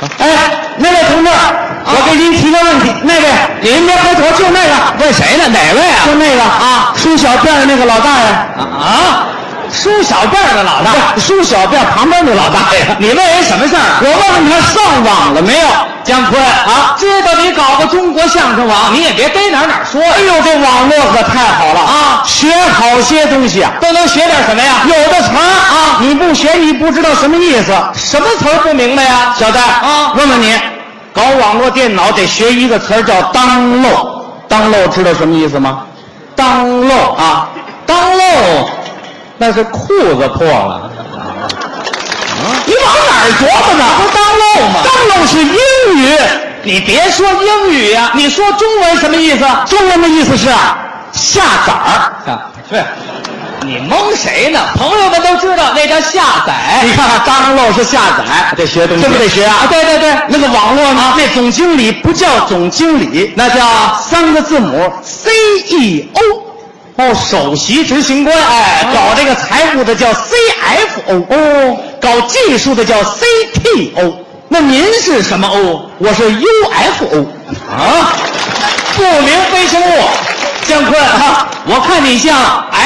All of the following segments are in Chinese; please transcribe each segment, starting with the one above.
哎，那位同志，我给您提个问题，那位您别回头，就那个问谁呢？哪位啊？ 就那个啊， 梳小辫的那个老大爷啊，梳小辫的老大， 梳小辫旁边的老大爷。 你问人什么事儿？ 我问他上网了没有？ 姜昆啊，知道你搞个中国相声网，你也别逮哪说呀。 哎呦，这网络可太好了啊！ 学好些东西啊， 都能学点什么呀？ 有的词儿啊，你不学你不知道什么意思。 什么词儿不明白呀？ 小戴啊， 问问你，搞网络电脑得学一个词儿叫download。download 知道什么意思吗？download啊，download那是裤子破了。你往哪儿琢磨呢？ 不download吗 ？download是英语， 你别说英语呀，你说中文什么意思？ 中文的意思是啊，下载儿。 啊，对。你蒙谁呢？朋友们都知道那叫下载。 你看看download是下载，得学东西，这不得学啊？ 对对对， 那个网络呢？那总经理不叫总经理，那叫3个字母 CEO。哦，首席执行官。哎，搞这个财务的叫 CFO。哦，搞技术的叫 CTO。那您是什么 O？ 我是 UFO。啊， 不明飞行物。姜昆啊，我看你像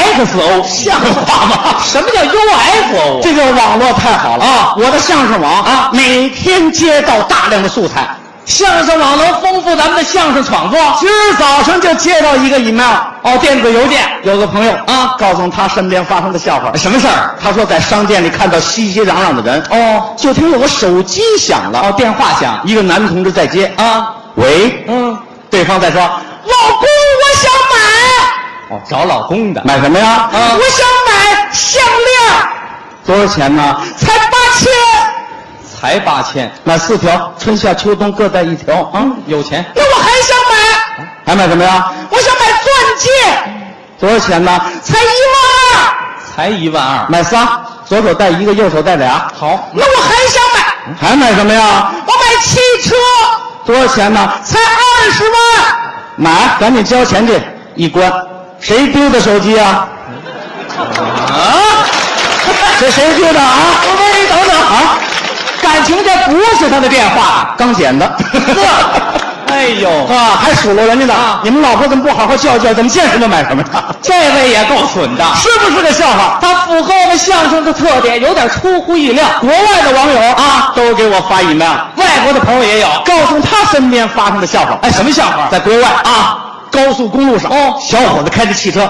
XO， 像话吗？什么叫 UFO？ 这个网络太好了啊！我的相声网啊，每天接到大量的素材。 相声网能丰富咱们的相声创作。 今儿早上就接到一个 email， 电子邮件， 有个朋友啊，告诉他身边发生的笑话。 什么事儿？ 他说在商店里看到熙熙攘攘的人，就听有个手机响了， 电话响， 一个男同志在接啊， 喂，对方在说，老公，我想买， 找老公的， 买什么呀？ 我想买项链，多少钱呢？才8000。 才8000， 买4条，春夏秋冬各带1条啊！ 有钱。 那我还想买，还买什么呀？我想买钻戒，多少钱呢？才12000， 才12000， 买仨，左手带1个，右手带俩。好，那我还想买，还买什么呀？我买汽车，多少钱呢？才20万，买，赶紧交钱去。一关，谁丢的手机啊？这谁丢的啊？ 你等等啊！感情这不是他的电话， 刚捡的。 哎呦啊，还数落人家呢！你们老婆怎么不好好教教？怎么见什么买什么呀？ 这位也够损的， 是不是个笑话？ 他符合我们相声的特点，有点出乎意料。 国外的网友啊，都给我发email， 外国的朋友也有， 告诉他身边发生的笑话。 哎，什么笑话？ 在国外啊，高速公路上，小伙子开着汽车，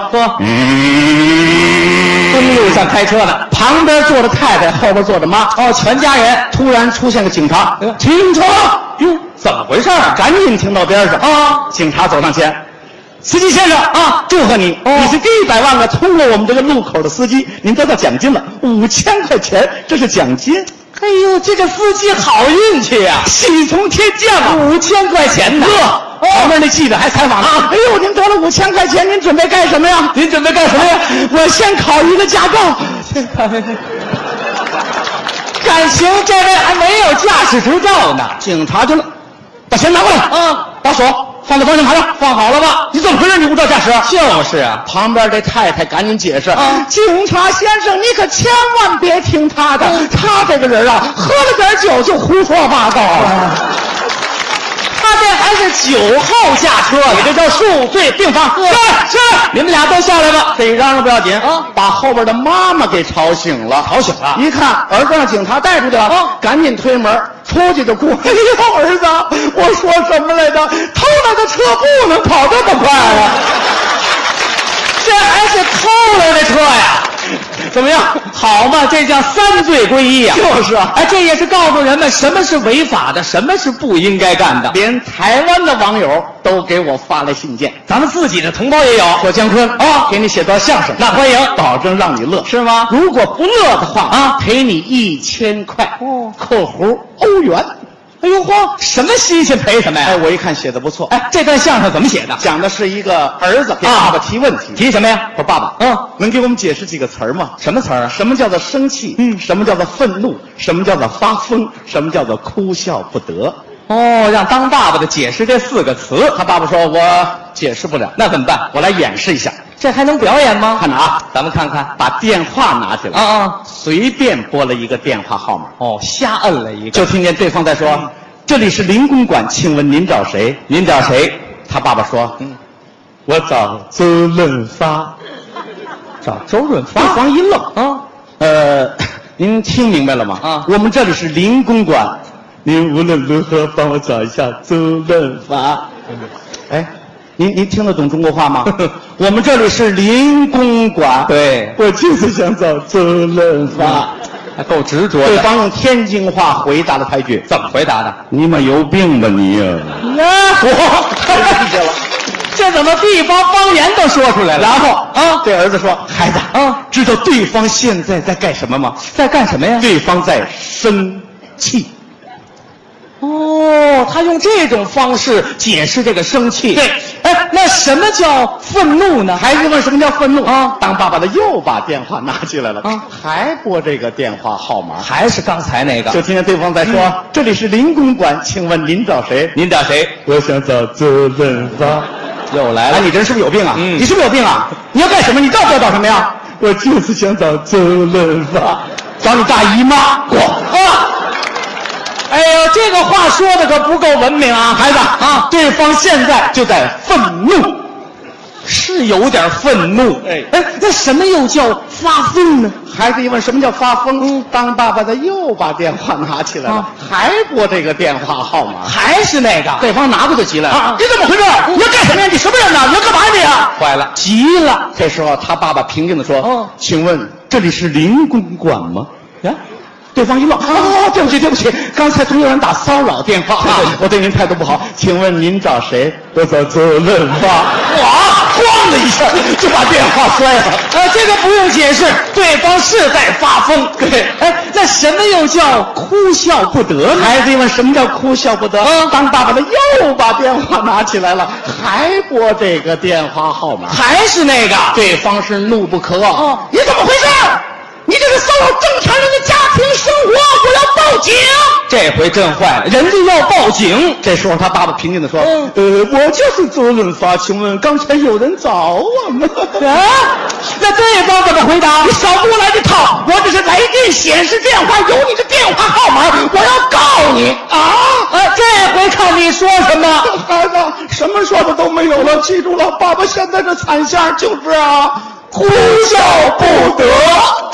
公路上开车呢，旁边坐着太太，后边坐着妈，全家人。突然出现个警察，停车！哟，怎么回事啊？赶紧停到边上啊！警察走上前，司机先生啊，祝贺你，你是第100万个通过我们这个路口的司机，您得到奖金了，5000块钱，这是奖金。 哎呦，这个司机好运气呀， 喜从天降啊 ！5000块钱呢！ 旁边那记者还采访啊，哎呦，您得了5000块钱，您准备干什么呀？ 您准备干什么呀？ 我先考一个驾照。 感情这位还没有驾驶执照呢。 警察就把钱拿过来，把手放在方向盘上，放好了吧？你怎么回事？你无照驾驶？ 就是啊。 旁边这太太赶紧解释，警察先生，你可千万别听他的，他这个人啊，喝了点酒就胡说八道了。 他这还是酒后驾车， 你这叫数罪并罚。 是，你们俩都下来吧。 这一嚷嚷不要紧啊，把后边的妈妈给吵醒了。一看儿子让警察带出去了，赶紧推门出去就哭。哎呦，儿子，我说什么来着？偷来的车不能跑这么快啊！ 这还是偷来的车呀？ 怎么样？ 好嘛，这叫3罪归一啊！ 就是啊， 哎，这也是告诉人们什么是违法的，什么是不应该干的。 连台湾的网友都给我发来信件， 咱们自己的同胞也有。 说姜昆给你写段相声， 那欢迎， 保证让你乐， 是吗？ 如果不乐的话赔你1000块（括弧欧元）。 哎呦嚯，什么新鲜赔什么呀？ 哎，我一看写的不错。 哎，这段相声怎么写的？ 讲的是一个儿子给爸爸提问题。 提什么呀？ 说爸爸，能给我们解释几个词儿吗？ 什么词儿啊？ 什么叫做生气？什么叫做愤怒？什么叫做发疯？什么叫做哭笑不得？ 让当爸爸的解释这4个词。 他爸爸说：“我解释不了。” 那怎么办？ 我来演示一下。 这还能表演吗？ 看着啊， 咱们看看， 把电话拿起来随便拨了一个电话号码。 瞎摁了一个， 就听见对方在说：“ 这里是林公馆，请问您找谁？ 您找谁？ 他爸爸说，我找周润发。 找周润发。 对方一愣啊， 您听明白了吗？ 啊， 我们这里是林公馆，您无论如何帮我找一下周润发。哎，您听得懂中国话吗？我们这里是林公馆， 对， 我就是想找周润发。 还够执着的。 对方用天津话回答了他一句：“ 怎么回答的？ 你妈有病吧你呀！” 我太理解了，这怎么地方方言都说出来了？ 然后啊， 对儿子说：“孩子啊， 知道对方现在在干什么吗？ 在干什么呀？ 对方在生气。” 哦，他用这种方式解释这个生气。 对， 哎，那什么叫愤怒呢？ 孩子问什么叫愤怒啊？ 当爸爸的又把电话拿起来了啊， 还拨这个电话号码， 还是刚才那个。 就听见对方在说：“这里是林公馆，请问您找谁？” 您找谁？ 我想找周润发。 又来了。 哎，你这人是不是有病啊？ 嗯， 你是不是有病啊？你要干什么？你到底要找什么呀？我就是想找周润发，找你大姨妈。 我啊！哎呦，这个话说的可不够文明啊， 孩子啊！ 对方现在就在愤怒， 是有点愤怒。 哎， 那什么又叫发疯呢？ 孩子一问什么叫发疯，当爸爸的又把电话拿起来了，还拨这个电话号码， 还是那个。 对方拿过就急了啊！ 你怎么回事？你要干什么呀？你什么人呢？你要干嘛你啊？ 坏了，急了。 这时候他爸爸平静地说：“ 哦， 请问这里是林公馆吗？” 呀， 对方一愣，对不起，对不起，刚才总有人打骚扰电话啊，我对您态度不好，请问您找谁？我找周润发。哇，咣的一下就把电话摔了。 这个不用解释，对方是在发疯。 对， 哎，那什么又叫哭笑不得呢？ 孩子一问什么叫哭笑不得？当爸爸的又把电话拿起来了，还拨这个电话号码， 还是那个。 对方是怒不可遏。 哦， 你怎么回事？你这是骚扰正常人的家庭生活，我要报警！ 这回真坏了，人家要报警。 这时候他爸爸平静地说：“我就是周润发，请问刚才有人找我吗？” 啊，那对方怎么回答？ 你少给我来这套！我这是来电显示电话，有你的电话号码，我要告你啊！ 这回看你说什么？ 孩子，什么说的都没有了，记住了，爸爸现在这惨相就是哭笑不得。